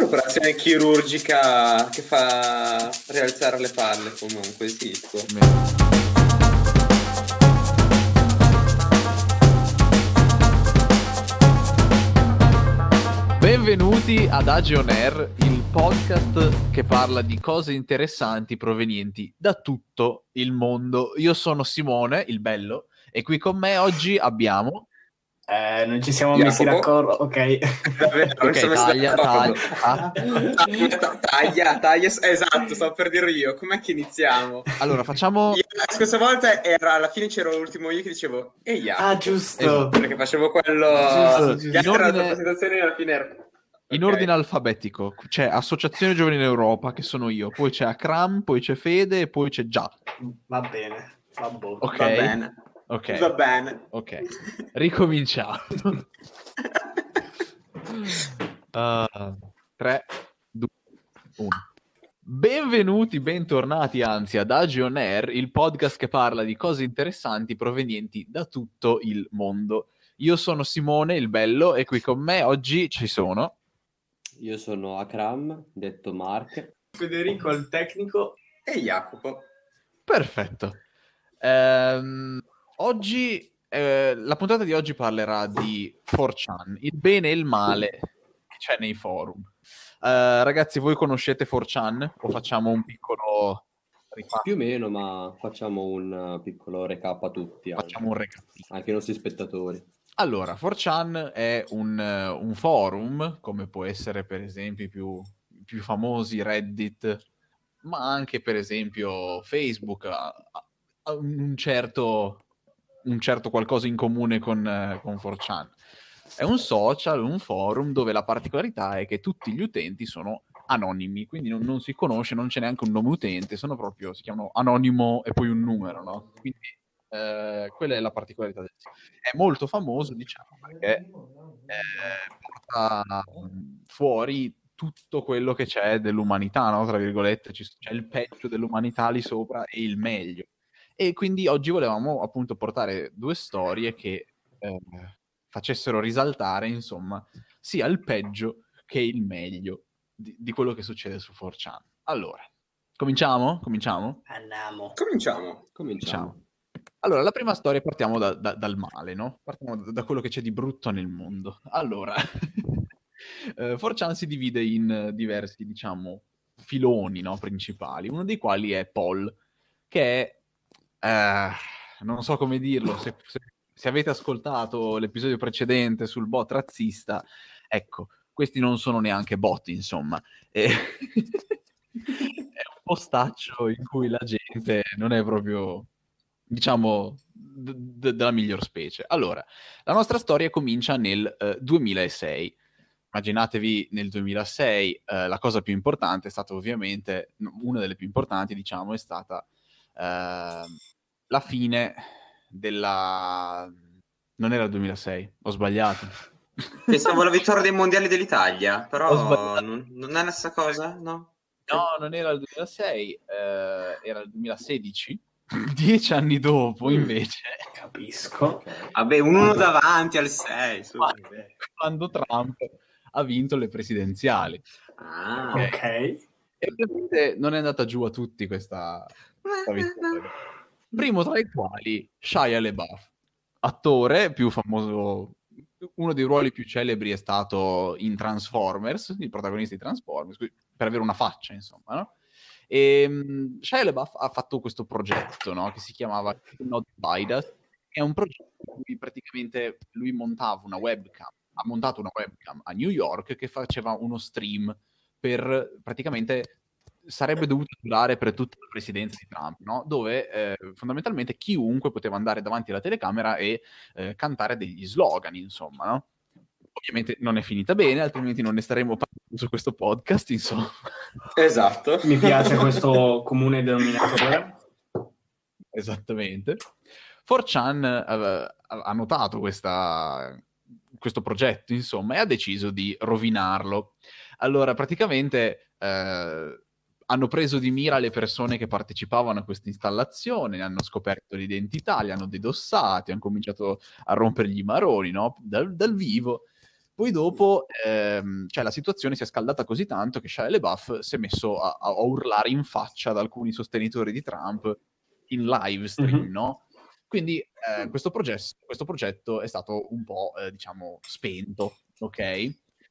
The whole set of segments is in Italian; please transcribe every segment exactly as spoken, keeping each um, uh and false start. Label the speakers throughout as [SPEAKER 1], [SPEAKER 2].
[SPEAKER 1] operazione chirurgica che fa rialzare le palle, comunque esiste.
[SPEAKER 2] Benvenuti ad Age On Air, il podcast che parla di cose interessanti provenienti da tutto il mondo. Io sono Simone, il bello, e qui con me oggi abbiamo...
[SPEAKER 3] Eh, non ci siamo
[SPEAKER 1] Jacopo.
[SPEAKER 3] messi d'accordo, ok.
[SPEAKER 1] Davvero, non
[SPEAKER 2] Ok,
[SPEAKER 1] siamo messi
[SPEAKER 2] taglia,
[SPEAKER 1] d'accordo.
[SPEAKER 2] taglia.
[SPEAKER 1] Taglia, taglia, taglia, esatto, stavo per dirlo io. Com'è che iniziamo?
[SPEAKER 2] Allora, facciamo...
[SPEAKER 1] Io, la scorsa volta era, alla fine c'ero l'ultimo io che dicevo e Jacopo.
[SPEAKER 3] Ah, giusto.
[SPEAKER 2] Esatto.
[SPEAKER 1] Perché facevo quello...
[SPEAKER 3] Giusto,
[SPEAKER 1] Gli
[SPEAKER 3] giusto.
[SPEAKER 1] altri
[SPEAKER 2] In
[SPEAKER 1] erano
[SPEAKER 2] ordine-
[SPEAKER 1] la presentazione e alla fine era...
[SPEAKER 2] In
[SPEAKER 1] Ok.
[SPEAKER 2] ordine alfabetico, c'è Associazione Giovani in Europa, che sono io, poi c'è Akram, poi c'è Fede e poi c'è Già.
[SPEAKER 3] Va bene, va buono.
[SPEAKER 2] Ok?
[SPEAKER 1] Va bene.
[SPEAKER 2] Ok.
[SPEAKER 1] Va bene.
[SPEAKER 2] Ok, ricominciamo. tre, due, uno. Benvenuti, bentornati anzi ad Age On Air, il podcast che parla di cose interessanti provenienti da tutto il mondo. Io sono Simone, il bello, e qui con me oggi ci sono...
[SPEAKER 4] Io sono Akram, detto Mark.
[SPEAKER 3] Federico, il tecnico.
[SPEAKER 1] E Jacopo.
[SPEAKER 2] Perfetto. Ehm, oggi, eh, la puntata di oggi parlerà di four chan, il bene e il male che c'è nei forum. Eh, ragazzi, voi conoscete four chan? O facciamo un piccolo ripasso?
[SPEAKER 4] Più o meno, ma facciamo un uh, piccolo recap a tutti, anche,
[SPEAKER 2] Facciamo un recap.
[SPEAKER 4] anche ai nostri spettatori.
[SPEAKER 2] Allora, four chan è un, eh, un forum, come può essere per esempio i più, i più famosi Reddit, ma anche per esempio Facebook, ha, ha un certo, un certo qualcosa in comune con, eh, con four chan. È un social, un forum dove la particolarità è che tutti gli utenti sono anonimi, quindi non, non si conosce, non c'è neanche un nome utente, sono proprio, si chiamano anonimo e poi un numero, no? Quindi eh, quella è la particolarità del sito. È molto famoso, diciamo, perché eh, porta mh, fuori tutto quello che c'è dell'umanità, no? Tra virgolette, ci- c'è il peggio dell'umanità lì sopra e il meglio. E quindi oggi volevamo appunto portare due storie che eh, facessero risaltare, insomma, sia il peggio che il meglio di, di quello che succede su four chan. Allora, cominciamo? Cominciamo?
[SPEAKER 3] Andiamo.
[SPEAKER 1] Cominciamo.
[SPEAKER 4] Cominciamo.
[SPEAKER 2] Allora, la prima storia partiamo da- da- dal male, no? Partiamo da, da quello che c'è di brutto nel mondo. Allora, eh, four chan si divide in eh, diversi, diciamo, filoni, no, principali, uno dei quali è Paul, che è, eh, non so come dirlo, se, se- se avete ascoltato l'episodio precedente sul bot razzista, ecco, questi non sono neanche bot, insomma. E- è un postaccio in cui la gente non è proprio, diciamo, d- d- della miglior specie. Allora, la nostra storia comincia nel eh, duemilasei. Immaginatevi nel duemilasei, eh, la cosa più importante è stata ovviamente, una delle più importanti, diciamo, è stata eh, la fine della... Non era il duemilasei, ho sbagliato.
[SPEAKER 1] Pensavo alla vittoria dei mondiali dell'Italia,
[SPEAKER 2] Ho
[SPEAKER 1] però
[SPEAKER 2] sbagliato.
[SPEAKER 1] non, non è la stessa cosa, no?
[SPEAKER 2] No, non era il duemilasei, eh, era il duemilasedici. Dieci anni dopo,
[SPEAKER 1] Mm.
[SPEAKER 2] invece,
[SPEAKER 3] Capisco.
[SPEAKER 1] Vabbè, un uno davanti al sei. su.
[SPEAKER 2] quando Trump ha vinto le presidenziali.
[SPEAKER 1] Ah.
[SPEAKER 2] Ok.
[SPEAKER 3] Ok.
[SPEAKER 2] E ovviamente non è andata giù a tutti questa, questa vittoria. Primo tra i quali Shia LaBeouf, attore più famoso, uno dei ruoli più celebri è stato in Transformers, il protagonista di Transformers, per avere una faccia, insomma, no? E um, Shia LaBeouf ha fatto questo progetto, no? Che si chiamava Not Divide Us. È un progetto in cui praticamente lui montava una webcam, ha montato una webcam a New York che faceva uno stream per praticamente sarebbe dovuto durare per tutta la presidenza di Trump, no? Dove eh, fondamentalmente chiunque poteva andare davanti alla telecamera e eh, cantare degli slogan, insomma, no? Ovviamente non è finita bene, altrimenti non ne staremmo parlando su questo podcast, insomma.
[SPEAKER 1] Esatto.
[SPEAKER 3] Mi piace questo comune denominatore.
[SPEAKER 2] Esattamente. four chan eh, ha notato questa, questo progetto, insomma, e ha deciso di rovinarlo. Allora, praticamente eh, hanno preso di mira le persone che partecipavano a questa installazione, ne hanno scoperto l'identità, li hanno dedossati, hanno cominciato a rompergli i maroni, no? Dal, dal vivo. Poi dopo, ehm, cioè la situazione si è scaldata così tanto che Shia LaBeouf si è messo a, a urlare in faccia ad alcuni sostenitori di Trump in live stream,
[SPEAKER 3] Mhm.
[SPEAKER 2] no? Quindi eh, questo, progetto, questo progetto è stato un po', eh, diciamo, spento, ok?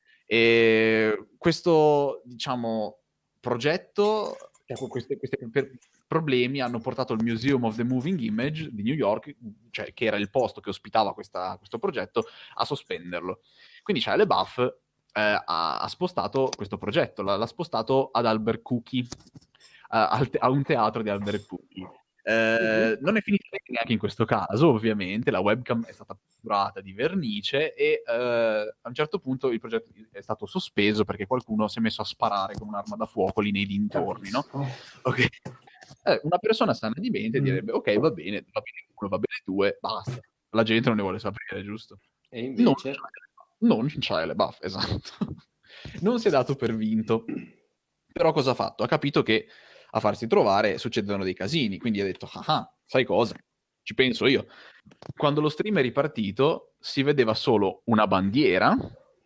[SPEAKER 2] E questo, diciamo, progetto, cioè, questi, questi per- problemi hanno portato il Museum of the Moving Image di New York, cioè, che era il posto che ospitava questa- questo progetto, a sospenderlo. Quindi Shia LaBeouf eh, ha, ha spostato questo progetto, l'ha, l'ha spostato ad Albuquerque, eh, al te- a un teatro di Albuquerque. Eh, non è finita neanche in questo caso, ovviamente, la webcam è stata curata di vernice e eh, a un certo punto il progetto è stato sospeso perché qualcuno si è messo a sparare con un'arma da fuoco lì nei dintorni, no? Ok. Eh, una persona sana di mente
[SPEAKER 3] Mm.
[SPEAKER 2] direbbe ok, va bene, va bene uno, va bene due, basta. La gente non ne vuole sapere, giusto?
[SPEAKER 4] E
[SPEAKER 2] Non,
[SPEAKER 4] invece...
[SPEAKER 2] non Shia LaBeouf, esatto. Non si è dato per vinto. Però cosa ha fatto? Ha capito che a farsi trovare succedono dei casini, quindi ha detto, ah, ah, sai cosa? Ci penso io. Quando lo stream è ripartito, si vedeva solo una bandiera,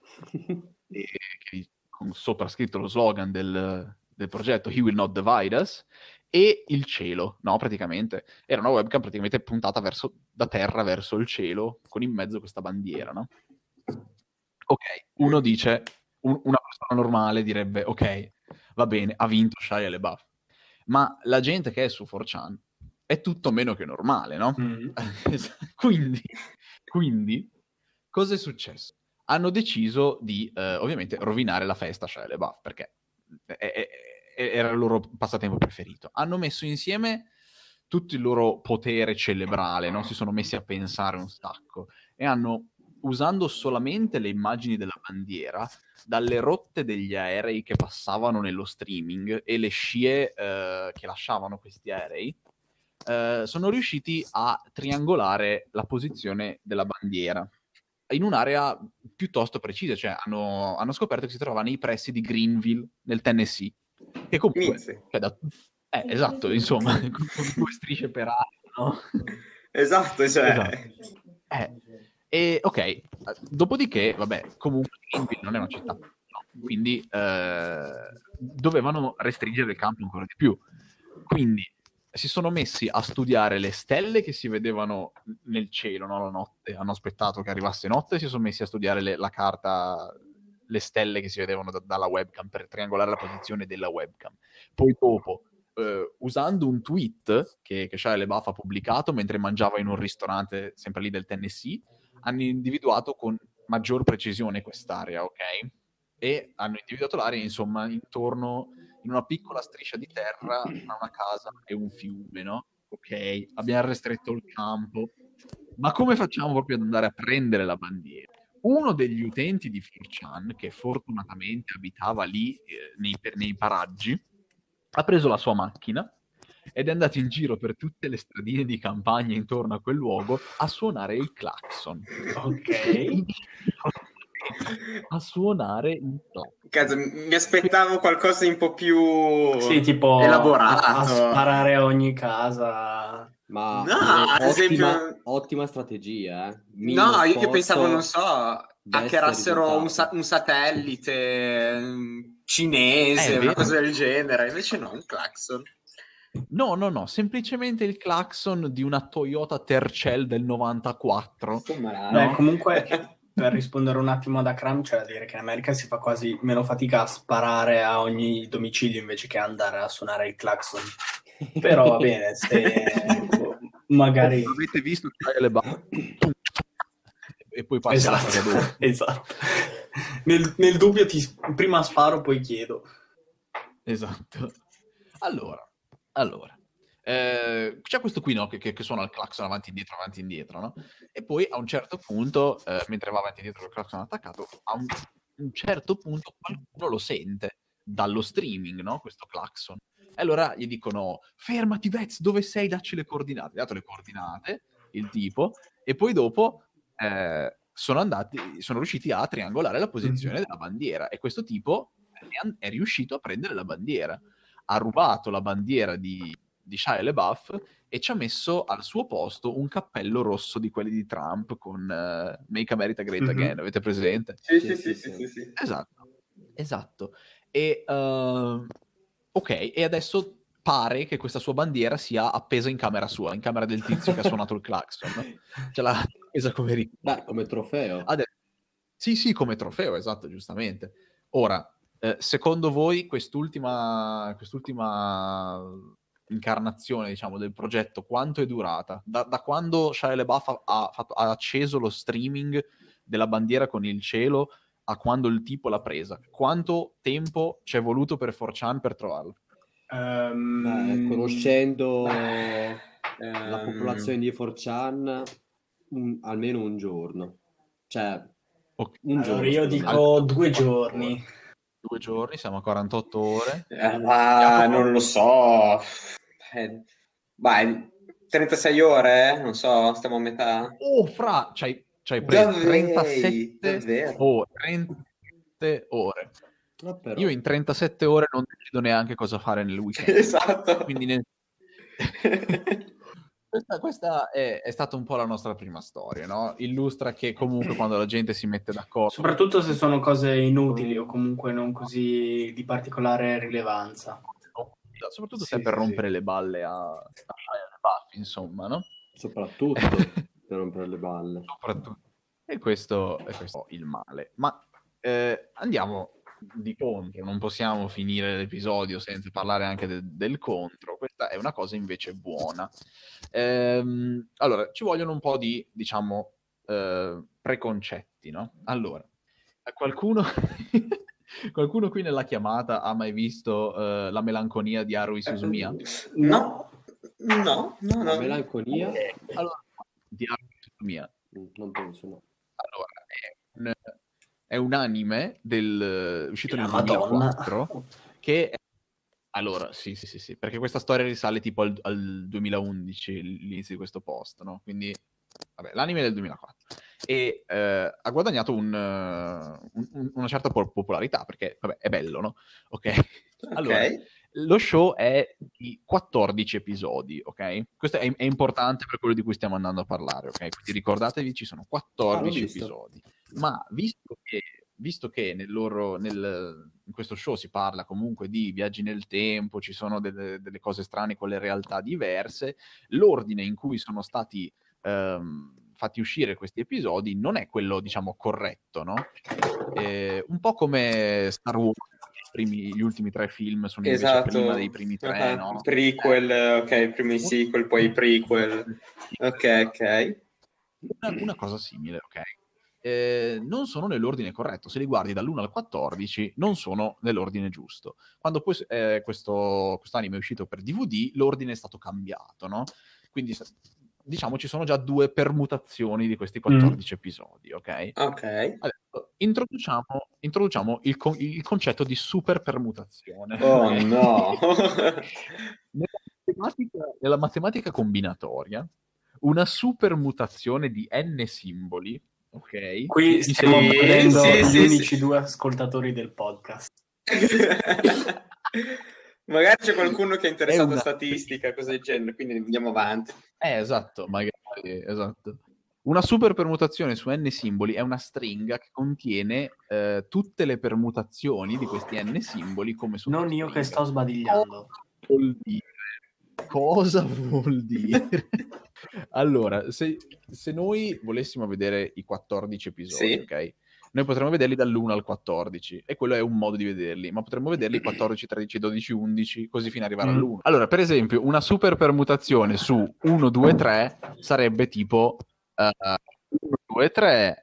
[SPEAKER 2] e, che, con sopra scritto lo slogan del, del progetto He Will Not Divide Us, e il cielo, no, praticamente. Era una webcam praticamente puntata verso, da terra verso il cielo, con in mezzo questa bandiera, no? Ok, uno dice, un- una persona normale direbbe, ok, va bene, ha vinto Shia LaBeouf. Ma la gente che è su four chan è tutto meno che normale, no?
[SPEAKER 3] Mm.
[SPEAKER 2] quindi, quindi, cosa è successo? Hanno deciso di, eh, ovviamente, rovinare la festa a Shia LaBeouf, perché è- è- è- era il loro passatempo preferito. Hanno messo insieme tutto il loro potere cerebrale, no? Si sono messi a pensare un sacco e hanno, usando solamente le immagini della bandiera, dalle rotte degli aerei che passavano nello streaming e le scie eh, che lasciavano questi aerei, eh, sono riusciti a triangolare la posizione della bandiera in un'area piuttosto precisa, cioè hanno, hanno scoperto che si trova nei pressi di Greenville, nel Tennessee, che comunque,
[SPEAKER 1] Inizio.
[SPEAKER 2] cioè, da, eh, esatto, insomma, con, con due strisce per aria, no?
[SPEAKER 1] Esatto, cioè...
[SPEAKER 2] Esatto. Eh, e ok, dopodiché, vabbè, comunque Greenville non è una città, no, quindi eh, dovevano restringere il campo ancora di più. Quindi si sono messi a studiare le stelle che si vedevano nel cielo, no, la notte. Hanno aspettato che arrivasse notte e si sono messi a studiare le, la carta, le stelle che si vedevano da, dalla webcam per triangolare la posizione della webcam. Poi dopo, eh, usando un tweet che, che Shia LaBeouf ha pubblicato mentre mangiava in un ristorante sempre lì del Tennessee, hanno individuato con maggior precisione quest'area, ok? E hanno individuato l'area, insomma, intorno, in una piccola striscia di terra, tra una casa e un fiume, no? Ok, abbiamo restretto il campo, ma come facciamo proprio ad andare a prendere la bandiera? Uno degli utenti di four chan, che fortunatamente abitava lì eh, nei, per- nei paraggi, ha preso la sua macchina ed è andato in giro per tutte le stradine di campagna intorno a quel luogo a suonare il clacson.
[SPEAKER 3] Ok.
[SPEAKER 2] A suonare il clacson.
[SPEAKER 1] Cazzo, mi aspettavo qualcosa di un po' più
[SPEAKER 3] Sì, tipo a,
[SPEAKER 1] elaborato.
[SPEAKER 3] a sparare a ogni casa.
[SPEAKER 4] Ma
[SPEAKER 1] No,
[SPEAKER 4] direi
[SPEAKER 1] ad
[SPEAKER 4] ottima,
[SPEAKER 1] esempio...
[SPEAKER 4] ottima strategia, eh. Minimo
[SPEAKER 1] No, io, io pensavo, non
[SPEAKER 4] sforzo,
[SPEAKER 1] so,
[SPEAKER 4] best
[SPEAKER 1] hackerassero un, sa-
[SPEAKER 4] risultato.
[SPEAKER 1] un satellite mm,
[SPEAKER 2] Eh, è
[SPEAKER 1] cinese, una
[SPEAKER 2] vero.
[SPEAKER 1] cosa del genere. Invece no, un clacson.
[SPEAKER 2] No, no, no, semplicemente il clacson di una Toyota Tercel del novantaquattro.
[SPEAKER 4] Sto malare.
[SPEAKER 3] Beh,
[SPEAKER 2] No?
[SPEAKER 3] comunque, per rispondere un attimo ad Akram, c'è da dire che in America si fa quasi meno fatica a sparare a ogni domicilio invece che andare a suonare il clacson. Però va bene, se boh, magari...
[SPEAKER 2] Avete visto Shia LaBeouf? E poi passi alla cosa
[SPEAKER 3] Esatto,
[SPEAKER 2] dopo.
[SPEAKER 3] esatto. Nel, nel dubbio ti prima sparo, poi chiedo.
[SPEAKER 2] Esatto. Allora, allora. Eh, c'è questo qui, no, che, che, che suona il clacson avanti e indietro, avanti e indietro, no? E poi a un certo punto, eh, mentre va avanti e indietro il clacson attaccato, a un, un certo punto qualcuno lo sente dallo streaming, no? Questo clacson. E allora gli dicono, fermati Vez, dove sei? Dacci le coordinate. Gli ha dato le coordinate, il tipo, e poi dopo eh, sono andati, sono riusciti a triangolare la posizione
[SPEAKER 3] Mhm.
[SPEAKER 2] della bandiera e questo tipo è, è riuscito a prendere la bandiera. Ha rubato la bandiera di, di Shia LaBeouf e ci ha messo al suo posto un cappello rosso di quelli di Trump con uh, Make America Great
[SPEAKER 3] Mhm.
[SPEAKER 2] Again, avete presente?
[SPEAKER 1] Sì,
[SPEAKER 4] Sì,
[SPEAKER 1] sì, sì,
[SPEAKER 4] sì,
[SPEAKER 1] sì, sì, sì.
[SPEAKER 2] Esatto, esatto. E uh, ok, e adesso pare che questa sua bandiera sia appesa in camera sua, in camera del tizio che ha suonato il clacson. Ce l'ha appesa come ricordo.
[SPEAKER 4] Beh, come trofeo.
[SPEAKER 2] Adesso, sì, sì, come trofeo, esatto, giustamente. Ora, eh, secondo voi quest'ultima, quest'ultima incarnazione, diciamo, del progetto, quanto è durata? Da, da quando Shia LaBeouf ha, ha, fatto, ha acceso lo streaming della bandiera con il cielo a quando il tipo l'ha presa? Quanto tempo ci è voluto per four chan per trovarlo?
[SPEAKER 3] Um,
[SPEAKER 4] Beh, conoscendo
[SPEAKER 1] Beh,
[SPEAKER 4] la
[SPEAKER 1] ehm,
[SPEAKER 4] popolazione di four chan, un- almeno un giorno. Cioè,
[SPEAKER 2] Ok.
[SPEAKER 4] un
[SPEAKER 3] allora
[SPEAKER 4] giorno
[SPEAKER 3] io
[SPEAKER 4] secondo me.
[SPEAKER 3] dico due
[SPEAKER 2] quarantotto
[SPEAKER 3] giorni.
[SPEAKER 2] ore. Due giorni, siamo a quarantotto ore.
[SPEAKER 1] eh, ma non lo so. Eh, vai, trentasei ore, eh? Non so, stiamo a metà.
[SPEAKER 2] Oh, fra, c'hai, c'hai preso
[SPEAKER 1] Davvero,
[SPEAKER 2] trentasette
[SPEAKER 1] davvero.
[SPEAKER 2] ore. trentasette ore.
[SPEAKER 4] Ah, però.
[SPEAKER 2] Io in trentasette ore non decido neanche cosa fare nel weekend.
[SPEAKER 1] Esatto.
[SPEAKER 2] Quindi ne... questa, questa è, è stata un po' la nostra prima storia, no? Illustra che comunque quando la gente si mette d'accordo...
[SPEAKER 3] Soprattutto se sono cose inutili o comunque non così di particolare rilevanza.
[SPEAKER 2] Soprattutto
[SPEAKER 3] Sì,
[SPEAKER 2] se è per
[SPEAKER 3] sì,
[SPEAKER 2] rompere
[SPEAKER 3] sì.
[SPEAKER 2] le balle a, a Shia LaBeouf, insomma, no?
[SPEAKER 4] Soprattutto per rompere le balle.
[SPEAKER 2] Soprattutto. E questo è questo il male. Ma eh, andiamo di contro, non possiamo finire l'episodio senza parlare anche de- del contro. Questa è una cosa invece buona. Ehm, allora, ci vogliono un po' di, diciamo, eh, preconcetti, no? Allora, qualcuno... qualcuno qui nella chiamata ha mai visto eh, La melanconia di Haruhi Suzumiya?
[SPEAKER 1] No, no, no,
[SPEAKER 4] La
[SPEAKER 1] no.
[SPEAKER 4] melanconia?
[SPEAKER 2] Allora, di Haruhi Suzumiya.
[SPEAKER 4] Mm, Non penso, no.
[SPEAKER 2] Allora, è un, è un anime del, uscito
[SPEAKER 3] La
[SPEAKER 2] nel
[SPEAKER 3] Madonna.
[SPEAKER 2] duemilaquattro che è... Allora, sì, sì, sì, sì, perché questa storia risale tipo al, al duemilaundici, l'inizio di questo post, no? Quindi, vabbè, l'anime è del duemilaquattro. E eh, ha guadagnato un, uh, un, una certa popolarità, perché, vabbè, è bello, no? Ok? Allora,
[SPEAKER 1] Ok.
[SPEAKER 2] lo show è di quattordici episodi, ok? Questo è, è importante per quello di cui stiamo andando a parlare, ok? Quindi ricordatevi, ci sono quattordici
[SPEAKER 4] Ah, l'ho visto.
[SPEAKER 2] episodi. Ma visto che, visto che nel loro, nel, in questo show si parla comunque di viaggi nel tempo, ci sono delle, delle cose strane con le realtà diverse, l'ordine in cui sono stati ehm, fatti uscire questi episodi non è quello, diciamo, corretto, no? Eh, un po' come Star Wars. Primi, gli ultimi tre film sono invece
[SPEAKER 1] Esatto.
[SPEAKER 2] prima dei primi tre,
[SPEAKER 1] Uh-huh.
[SPEAKER 2] no?
[SPEAKER 1] Prequel, ok, prima i sequel, poi i prequel. Ok, ok.
[SPEAKER 2] Una, una cosa simile, ok? Eh, non sono nell'ordine corretto. Se li guardi dall'uno al quattordici, non sono nell'ordine giusto. Quando poi eh, questo anime è uscito per D V D, l'ordine è stato cambiato, no? Quindi, diciamo, ci sono già due permutazioni di questi quattordici mm. episodi, ok?
[SPEAKER 1] Ok.
[SPEAKER 2] Adesso, introduciamo, introduciamo il, con- il concetto di super permutazione.
[SPEAKER 1] Oh no!
[SPEAKER 2] nella, matematica, nella matematica combinatoria, una supermutazione di n simboli, ok?
[SPEAKER 3] Qui
[SPEAKER 2] Mi
[SPEAKER 3] stiamo
[SPEAKER 2] sembra-
[SPEAKER 3] perdendo
[SPEAKER 1] sì,
[SPEAKER 3] gli
[SPEAKER 1] sì,
[SPEAKER 3] unici
[SPEAKER 1] sì.
[SPEAKER 3] due ascoltatori del podcast.
[SPEAKER 1] Magari c'è qualcuno che è interessato
[SPEAKER 2] È una-
[SPEAKER 1] a statistica, cose del genere, quindi andiamo avanti.
[SPEAKER 2] Eh, esatto, magari, esatto. Una super permutazione su n simboli è una stringa che contiene eh, tutte le permutazioni di questi n simboli come sottostringa.
[SPEAKER 3] Non io che sto sbadigliando.
[SPEAKER 2] Cosa vuol dire? Cosa vuol dire? Allora, se, se noi volessimo vedere i quattordici episodi,
[SPEAKER 1] Sì.
[SPEAKER 2] ok? Noi potremmo vederli dall'uno al quattordici e quello è un modo di vederli, ma potremmo vederli quattordici, tredici, dodici, undici, così fino ad arrivare
[SPEAKER 3] Mm.
[SPEAKER 2] all'uno. Allora, per esempio, una super permutazione su uno, due, tre sarebbe tipo uno, due, tre,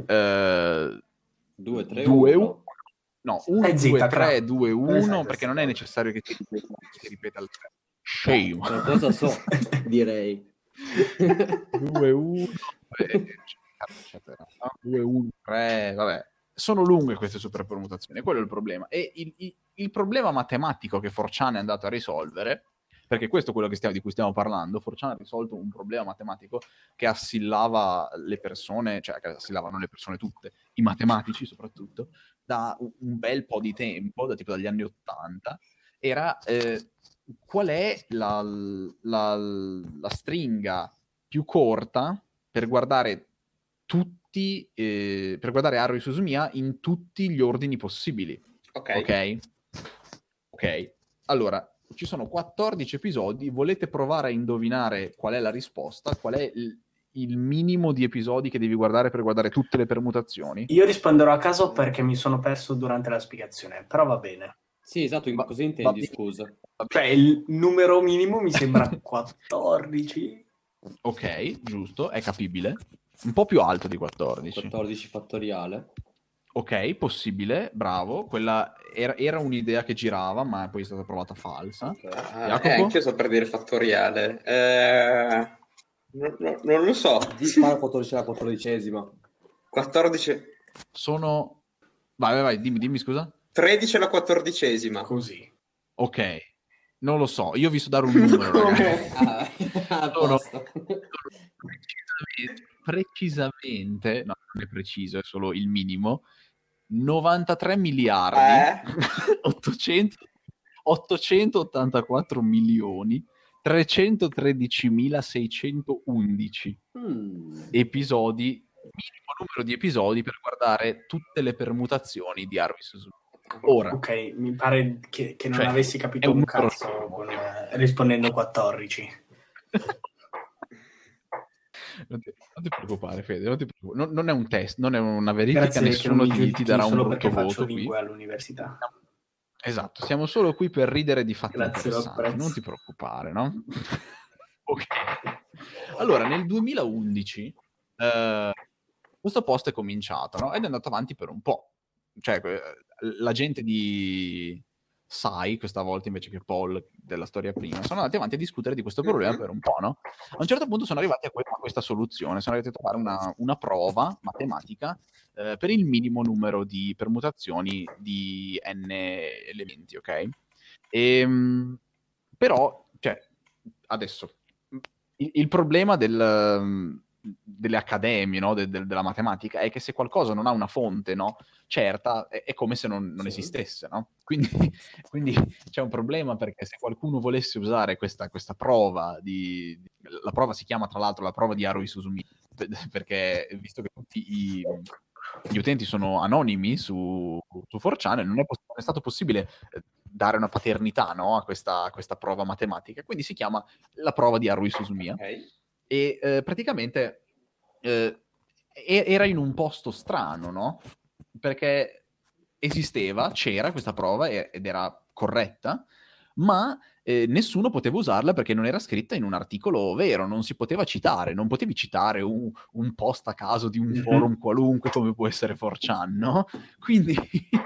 [SPEAKER 4] due, tre,
[SPEAKER 2] due,
[SPEAKER 4] uno.
[SPEAKER 2] uno. No, uno,
[SPEAKER 3] Eh, zitta,
[SPEAKER 2] due, tre,
[SPEAKER 3] crack.
[SPEAKER 2] due, uno,
[SPEAKER 3] Esatto,
[SPEAKER 2] perché
[SPEAKER 3] sì,
[SPEAKER 2] non è
[SPEAKER 3] sì.
[SPEAKER 2] necessario che si ripeta, che si ripeta il tre. Shame.
[SPEAKER 4] Qualcosa so, direi.
[SPEAKER 2] due, uno, eccetera. due, uno, tre, vabbè. Sono lunghe queste superpermutazioni, quello è il problema. E il, il, il problema matematico che four chan è andato a risolvere, perché questo è quello che stiamo, di cui stiamo parlando, four chan ha risolto un problema matematico che assillava le persone, cioè che assillavano le persone tutte, i matematici soprattutto, da un bel po' di tempo, da tipo dagli anni ottanta, era eh, qual è la, la, la stringa più corta per guardare tutti, eh, per guardare Haruhi Suzumiya in tutti gli ordini possibili.
[SPEAKER 1] Ok.
[SPEAKER 2] Ok? Ok. Allora, ci sono quattordici episodi, volete provare a indovinare qual è la risposta? Qual è il, il minimo di episodi che devi guardare per guardare tutte le permutazioni?
[SPEAKER 3] Io risponderò a caso perché mi sono perso durante la spiegazione, però va bene.
[SPEAKER 4] Sì, esatto, in-
[SPEAKER 2] Va-
[SPEAKER 4] cosa
[SPEAKER 2] va
[SPEAKER 4] intendi,
[SPEAKER 2] bene.
[SPEAKER 4] scusa?
[SPEAKER 2] Va bene.
[SPEAKER 3] Cioè, il numero minimo mi sembra quattordici.
[SPEAKER 2] Ok, giusto, è capibile. Un po' più alto di quattordici.
[SPEAKER 4] quattordici fattoriale.
[SPEAKER 2] Ok, possibile, bravo. Quella era, era un'idea che girava, ma poi è stata provata falsa.
[SPEAKER 4] Ok.
[SPEAKER 1] Ah,
[SPEAKER 2] Jacopo?
[SPEAKER 1] eh, anch'io so per dire fattoriale. Eh, non, non- non lo so.
[SPEAKER 4] Di spara quattordici alla quattordicesima.
[SPEAKER 1] quattordici,
[SPEAKER 2] Sono... Vai, vai, vai, dimmi, dimmi, scusa.
[SPEAKER 1] tredici alla quattordicesima.
[SPEAKER 3] Così.
[SPEAKER 2] Ok, non lo so. Io ho visto dare un numero, ragazzi.
[SPEAKER 4] Ah, a
[SPEAKER 2] Sono,
[SPEAKER 4] posto.
[SPEAKER 2] sono precisamente, precisamente, no, non è preciso, è solo il minimo, novantatré miliardi,
[SPEAKER 1] Eh?
[SPEAKER 2] ottocento, ottocentottantaquattro milioni, trecentotredicimilaseicentoundici
[SPEAKER 4] Mm.
[SPEAKER 2] episodi, minimo numero di episodi per guardare tutte le permutazioni di Haruhi Suzumiya. Ora,
[SPEAKER 3] Ok, mi pare che, che non
[SPEAKER 2] Cioè,
[SPEAKER 3] avessi
[SPEAKER 2] è
[SPEAKER 3] capito
[SPEAKER 2] un
[SPEAKER 3] un
[SPEAKER 2] numero-
[SPEAKER 3] cazzo con, eh, rispondendo quattordici.
[SPEAKER 2] Non ti, non ti preoccupare, Fede, non, ti preoccupare. Non, non è un test, non è una verifica,
[SPEAKER 3] Grazie che non
[SPEAKER 2] nessuno
[SPEAKER 3] mi
[SPEAKER 2] ti,
[SPEAKER 3] giudichi
[SPEAKER 2] ti darà un
[SPEAKER 3] solo
[SPEAKER 2] brutto
[SPEAKER 3] perché faccio
[SPEAKER 2] voto qui.
[SPEAKER 3] lingue all'università.
[SPEAKER 2] Esatto, siamo solo qui per ridere di fatti
[SPEAKER 3] Grazie, lo
[SPEAKER 2] interessanti,
[SPEAKER 3] apprezzo.
[SPEAKER 2] non ti preoccupare, no? Ok. Allora, nel duemilaundici eh, questo post è cominciato, no? Ed è andato avanti per un po'. Cioè, eh, la gente di Sai, questa volta invece che Paul della storia prima, sono andati avanti a discutere di questo problema
[SPEAKER 1] Mhm.
[SPEAKER 2] per un po', no? A un certo punto sono arrivati a, que- a questa soluzione, sono arrivati a trovare una, una prova matematica eh, per il minimo numero di permutazioni di n elementi, ok? Ehm, però, cioè, adesso, il, il problema del, delle accademie, no? de- de- della matematica, è che se qualcosa non ha una fonte, no? certa, è, è come se non, non
[SPEAKER 4] Sì.
[SPEAKER 2] esistesse, no? Quindi, quindi c'è un problema, perché se qualcuno volesse usare questa, questa prova di, di- la prova si chiama tra l'altro la prova di Haruhi Suzumiya, per- perché visto che tutti i, gli utenti sono anonimi su, su four chan, non è, poss- non è stato possibile eh, dare una paternità, no? a, questa, a questa prova matematica, quindi si chiama la prova di Haruhi Suzumiya.
[SPEAKER 1] Ok.
[SPEAKER 2] E eh, praticamente eh, e- era in un posto strano, no? Perché esisteva, c'era questa prova e- ed era corretta, ma eh, nessuno poteva usarla perché non era scritta in un articolo vero, non si poteva citare, non potevi citare un, un post a caso di un
[SPEAKER 3] Mhm.
[SPEAKER 2] forum qualunque come può essere four chan, no? Quindi,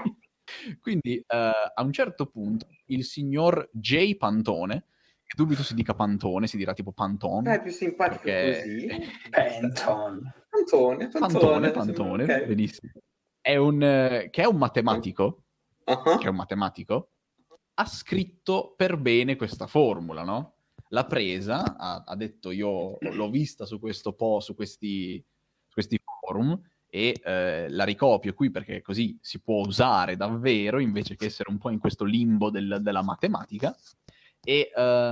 [SPEAKER 2] quindi eh, a un certo punto il signor J. Pantone, che dubito si dica Pantone, si dirà tipo Pantone,
[SPEAKER 1] È più simpatico
[SPEAKER 2] perché...
[SPEAKER 1] così.
[SPEAKER 3] Penton.
[SPEAKER 1] Pantone,
[SPEAKER 2] Pantone,
[SPEAKER 1] Pantone.
[SPEAKER 2] Pantone,
[SPEAKER 1] ok.
[SPEAKER 2] benissimo. È un, eh, che è un matematico,
[SPEAKER 1] Ah,
[SPEAKER 2] che è un matematico, ha scritto per bene questa formula, no? L'ha presa, ha, ha detto io l'ho vista su questo po', su questi, su questi forum, e eh, la ricopio qui perché così si può usare davvero, invece che essere un po' in questo limbo del- della matematica, e eh,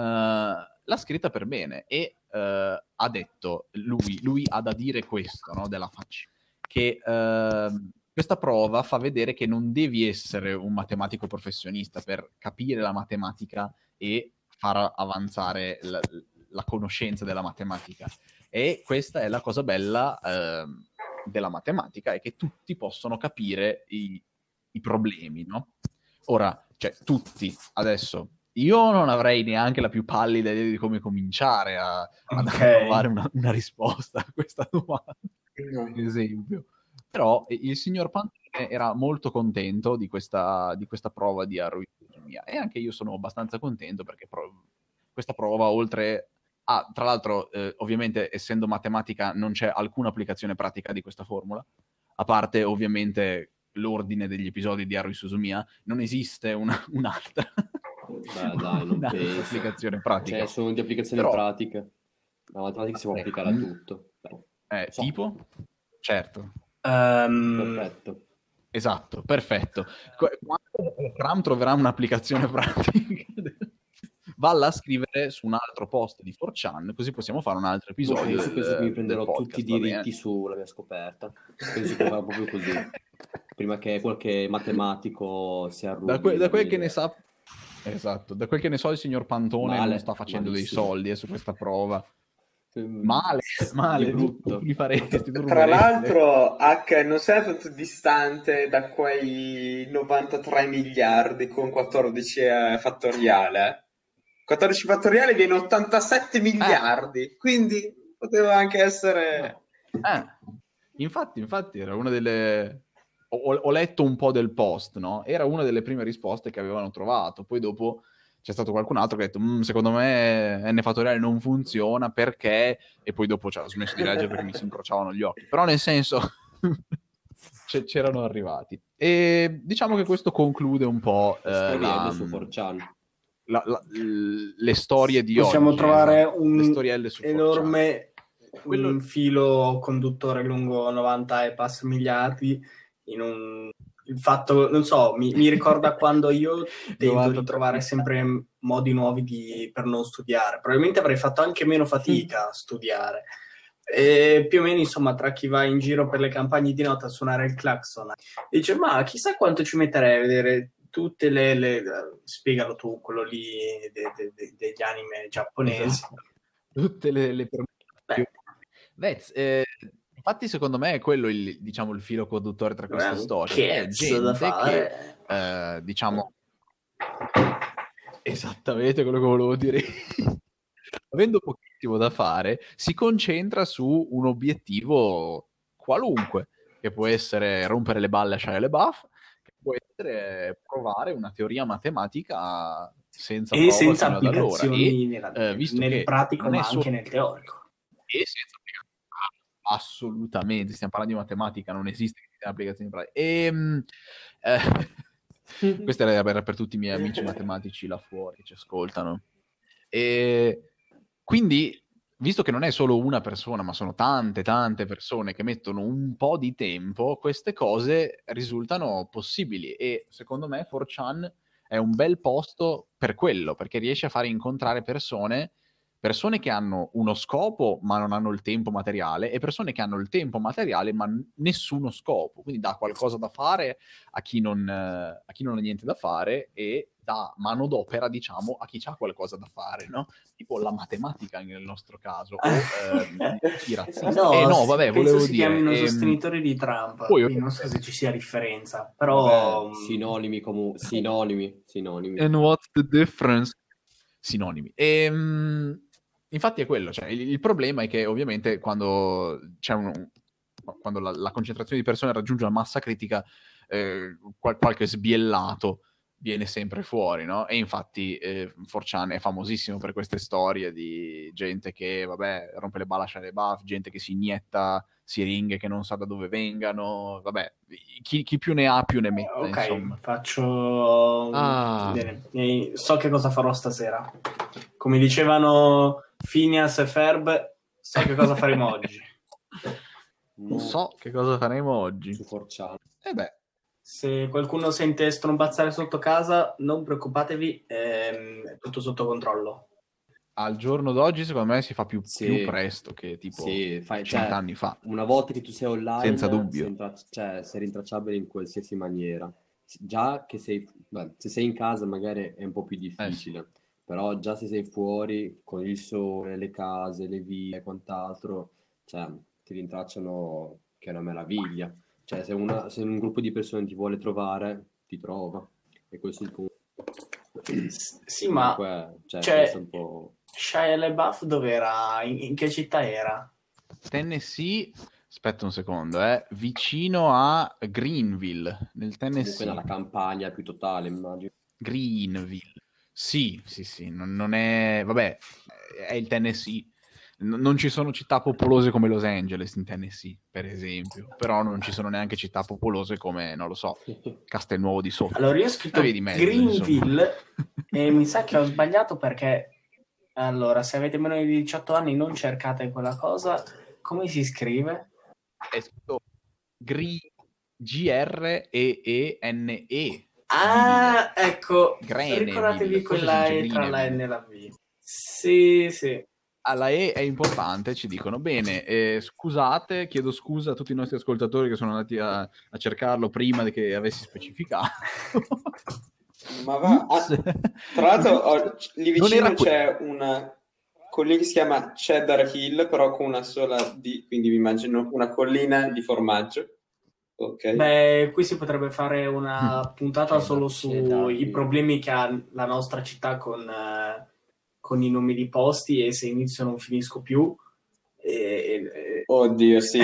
[SPEAKER 2] l'ha scritta per bene, e eh, ha detto, lui, lui ha da dire questo, no, della faccia, che eh, questa prova fa vedere che non devi essere un matematico professionista per capire la matematica e far avanzare la, la conoscenza della matematica. E questa è la cosa bella eh, della matematica, è che tutti possono capire i, i problemi, no? Ora, cioè, tutti, adesso, io non avrei neanche la più pallida idea di come cominciare a, ad
[SPEAKER 3] Ok.
[SPEAKER 2] trovare una, una risposta a questa domanda,
[SPEAKER 1] no.
[SPEAKER 2] per esempio. Però eh, il signor Pantone era molto contento di questa, di questa prova di Haruhi Suzumiya, e anche io sono abbastanza contento perché pro- questa prova, oltre a, tra l'altro, eh, ovviamente essendo matematica non c'è alcuna applicazione pratica di questa formula, a parte ovviamente l'ordine degli episodi di Haruhi Suzumiya, non esiste una, un'altra,
[SPEAKER 4] Beh, dai, non
[SPEAKER 2] un'altra
[SPEAKER 4] penso.
[SPEAKER 2] applicazione pratica.
[SPEAKER 4] Cioè, sono di applicazioni
[SPEAKER 2] Però-
[SPEAKER 4] pratiche. La matematica si può applicare a
[SPEAKER 2] Mm.
[SPEAKER 4] tutto. Però,
[SPEAKER 2] Eh,
[SPEAKER 4] so.
[SPEAKER 2] tipo? Certo.
[SPEAKER 3] Ehm,
[SPEAKER 4] Perfetto.
[SPEAKER 2] Esatto, perfetto. Qu- Quando Tram troverà un'applicazione pratica valla a scrivere su un altro post di four chan, così possiamo fare un altro episodio
[SPEAKER 4] Penso,
[SPEAKER 2] del,
[SPEAKER 4] penso che mi
[SPEAKER 2] del
[SPEAKER 4] prenderò
[SPEAKER 2] podcast,
[SPEAKER 4] tutti i
[SPEAKER 2] va bene?
[SPEAKER 4] diritti sulla mia scoperta. Penso che farò proprio così. Prima che qualche matematico si arruggi
[SPEAKER 2] Da, que- da
[SPEAKER 4] la
[SPEAKER 2] quel
[SPEAKER 4] mia
[SPEAKER 2] che ne
[SPEAKER 4] idea.
[SPEAKER 2] sa, esatto, da quel che ne so il signor Pantone
[SPEAKER 4] Male,
[SPEAKER 2] non sta facendo
[SPEAKER 4] malissimo.
[SPEAKER 2] dei soldi eh, su questa prova.
[SPEAKER 4] Mm,
[SPEAKER 2] Male, male,
[SPEAKER 4] di
[SPEAKER 2] tu,
[SPEAKER 4] brutto.
[SPEAKER 2] tu li faresti, tu
[SPEAKER 1] Tra
[SPEAKER 2] ruberesti.
[SPEAKER 1] l'altro, H non sei tanto distante da quei novantatré miliardi con quattordici eh, fattoriale. quattordici fattoriale viene ottantasette miliardi, quindi poteva anche essere...
[SPEAKER 2] Eh, infatti, infatti era una delle... Ho, ho letto un po' del post, no? Era una delle prime risposte che avevano trovato. Poi dopo c'è stato qualcun altro che ha detto "Mm, secondo me N fattoriale non funziona perché..." E poi dopo cioè, ho smesso di leggere perché mi si incrociavano gli occhi. Però nel senso c'erano arrivati. E diciamo che questo conclude un po'
[SPEAKER 4] Le
[SPEAKER 2] eh,
[SPEAKER 4] storielle
[SPEAKER 2] la,
[SPEAKER 4] su four chan.
[SPEAKER 2] la, la, le storie di
[SPEAKER 3] Possiamo
[SPEAKER 2] oggi.
[SPEAKER 3] trovare
[SPEAKER 2] esatto.
[SPEAKER 3] un
[SPEAKER 2] Le storielle su four chan.
[SPEAKER 3] enorme
[SPEAKER 2] Quello-
[SPEAKER 3] un filo conduttore lungo novanta e passa miliardi in un il fatto, non so, mi, mi ricorda quando io tento di trovare sempre modi nuovi di, per non studiare. Probabilmente avrei fatto anche meno fatica a studiare. E più o meno, insomma, tra chi va in giro per le campagne di notte a suonare il clacson, dice, ma chissà quanto ci metterei a vedere tutte le... le... spiegalo tu, quello lì de, de, de, degli anime giapponesi.
[SPEAKER 2] Esatto. Tutte le, le
[SPEAKER 3] Beh,
[SPEAKER 2] Vez, eh, infatti secondo me è quello il, diciamo, il filo conduttore tra queste
[SPEAKER 3] un
[SPEAKER 2] storie. È
[SPEAKER 3] cazzo da
[SPEAKER 2] gente
[SPEAKER 3] fare.
[SPEAKER 2] che, eh, diciamo, esattamente quello che volevo dire. Avendo pochissimo da fare, si concentra su un obiettivo qualunque, che può essere rompere le balle a Shia LaBeouf, che può essere provare una teoria matematica senza
[SPEAKER 3] E
[SPEAKER 2] prova
[SPEAKER 3] senza
[SPEAKER 2] fino ad allora.
[SPEAKER 3] applicazioni
[SPEAKER 2] E,
[SPEAKER 3] nella-
[SPEAKER 2] eh, visto
[SPEAKER 3] nel
[SPEAKER 2] che
[SPEAKER 3] pratico,
[SPEAKER 2] non è
[SPEAKER 3] ma
[SPEAKER 2] solo
[SPEAKER 3] anche nel teorico.
[SPEAKER 2] e senza applicazioni. Assolutamente, stiamo parlando di matematica, non esiste che siano applicazioni pratiche. E, eh, questo era per, per tutti i miei amici matematici là fuori che ci ascoltano. E quindi, visto che non è solo una persona, ma sono tante, tante persone che mettono un po' di tempo, queste cose risultano possibili. E secondo me four chan è un bel posto per quello, perché riesce a fare incontrare persone persone che hanno uno scopo ma non hanno il tempo materiale e persone che hanno il tempo materiale ma n- nessuno scopo, quindi dà qualcosa da fare a chi non, eh, a chi non ha niente da fare e dà manodopera, diciamo, a chi ha qualcosa da fare, no? Tipo la matematica nel nostro caso, o eh, i razzisti.
[SPEAKER 3] No,
[SPEAKER 2] eh, no,
[SPEAKER 3] si-
[SPEAKER 2] vabbè,
[SPEAKER 3] penso
[SPEAKER 2] volevo
[SPEAKER 3] si
[SPEAKER 2] dire...
[SPEAKER 3] chiamino
[SPEAKER 2] ehm,
[SPEAKER 3] sostenitori di Trump,
[SPEAKER 2] poi-
[SPEAKER 3] quindi non so se ci sia differenza, però...
[SPEAKER 4] Vabbè, sinonimi comunque, sinonimi, sinonimi.
[SPEAKER 2] And what's the difference? Sinonimi. E, mh, infatti è quello, cioè, il, il problema è che ovviamente quando c'è un, quando la, la concentrazione di persone raggiunge una massa critica, eh, qual- qualche sbiellato viene sempre fuori, no? E infatti eh, four chan è famosissimo per queste storie di gente che, vabbè, rompe le balle a Shia LaBeouf, gente che si inietta siringhe che non sa da dove vengano, vabbè, chi, chi più ne ha più ne metta,
[SPEAKER 3] Ok,
[SPEAKER 2] insomma.
[SPEAKER 3] faccio...
[SPEAKER 2] Ah.
[SPEAKER 3] Bene, eh, so che cosa farò stasera. Come dicevano Phineas e Ferb, so che cosa faremo oggi.
[SPEAKER 2] Non so che cosa faremo oggi.
[SPEAKER 4] Su four chan.
[SPEAKER 2] E beh,
[SPEAKER 3] Se qualcuno sente strombazzare sotto casa, non preoccupatevi, ehm, è tutto sotto controllo.
[SPEAKER 2] al giorno d'oggi secondo me si fa più,
[SPEAKER 4] Sì.
[SPEAKER 2] più presto che tipo
[SPEAKER 4] Sì, fai, cioè,
[SPEAKER 2] cent'anni fa.
[SPEAKER 4] una volta che tu sei online,
[SPEAKER 2] Senza dubbio.
[SPEAKER 4] Sei, intra- cioè, sei rintracciabile in qualsiasi maniera. Già che sei, beh, se sei in casa magari è un po' più difficile,
[SPEAKER 2] Eh sì.
[SPEAKER 4] però già se sei fuori con il sole, le case, le vie e quant'altro, cioè, ti rintracciano, che è una meraviglia. Cioè, se, una, se un gruppo di persone ti vuole trovare, ti trova. E questo è il punto.
[SPEAKER 3] S- sì, ma
[SPEAKER 4] Comunque, cioè,
[SPEAKER 3] cioè,
[SPEAKER 4] questo è un po'...
[SPEAKER 3] Shia LaBeouf dov'era? In, in che città era?
[SPEAKER 2] Tennessee, aspetta un secondo, eh, vicino a Greenville, nel
[SPEAKER 4] Comunque
[SPEAKER 2] Tennessee.
[SPEAKER 4] nella campagna più totale, immagino.
[SPEAKER 2] Greenville. Sì, sì, sì, non, non è... Vabbè, è il Tennessee. N- non ci sono città popolose come Los Angeles in Tennessee, per esempio. Però non ci sono neanche città popolose come, non lo so, Castelnuovo di Sotto.
[SPEAKER 3] Allora, io ho scritto
[SPEAKER 2] Una via di mezzo,
[SPEAKER 3] Greenville e mi sa che ho sbagliato perché... Allora, se avete meno di diciotto anni non cercate quella cosa. Come si scrive?
[SPEAKER 2] È scritto Gri- G R E E N E.
[SPEAKER 3] Ah, ecco,
[SPEAKER 2] Greneville,
[SPEAKER 3] ricordatevi
[SPEAKER 2] forse
[SPEAKER 3] quella
[SPEAKER 2] si dice
[SPEAKER 3] E tra la N
[SPEAKER 2] Greneville.
[SPEAKER 3] e la V. Sì, sì.
[SPEAKER 2] Alla E è importante, ci dicono. Bene, eh, scusate, chiedo scusa a tutti i nostri ascoltatori che sono andati a, a cercarlo prima di che avessi specificato.
[SPEAKER 1] Ma va,
[SPEAKER 2] Ups.
[SPEAKER 1] ah, tra l'altro ho- lì
[SPEAKER 2] Non era
[SPEAKER 1] vicino c'è una collina che si chiama Cheddar Hill, però con una sola D, quindi mi immagino una collina di formaggio. Ok.
[SPEAKER 3] Beh, qui si potrebbe fare una puntata
[SPEAKER 4] Cheddar-
[SPEAKER 3] solo
[SPEAKER 4] cheddar,
[SPEAKER 3] sui
[SPEAKER 4] sì.
[SPEAKER 3] problemi che ha la nostra città con, eh, con i nomi di posti e se inizio non finisco più. E, e-
[SPEAKER 1] Oddio, sì.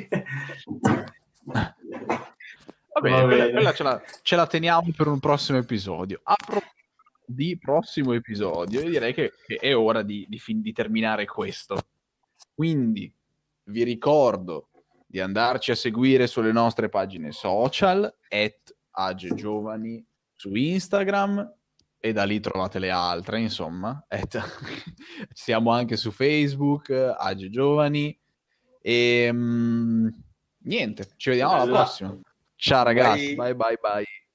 [SPEAKER 2] Va
[SPEAKER 3] Va
[SPEAKER 2] bene, quella,
[SPEAKER 3] bene.
[SPEAKER 2] quella ce, la, ce la teniamo per un prossimo episodio. A proposito di prossimo episodio, io direi che, che è ora di, di, fin- di terminare questo. Quindi vi ricordo di andarci a seguire sulle nostre pagine social, at agegiovani su Instagram, e da lì trovate le altre, insomma. At... Siamo anche su Facebook, agegiovani. E mm, niente, ci vediamo alla
[SPEAKER 3] Bella.
[SPEAKER 2] prossima. Ciao ragazzi,
[SPEAKER 1] Bye.
[SPEAKER 2] bye bye bye.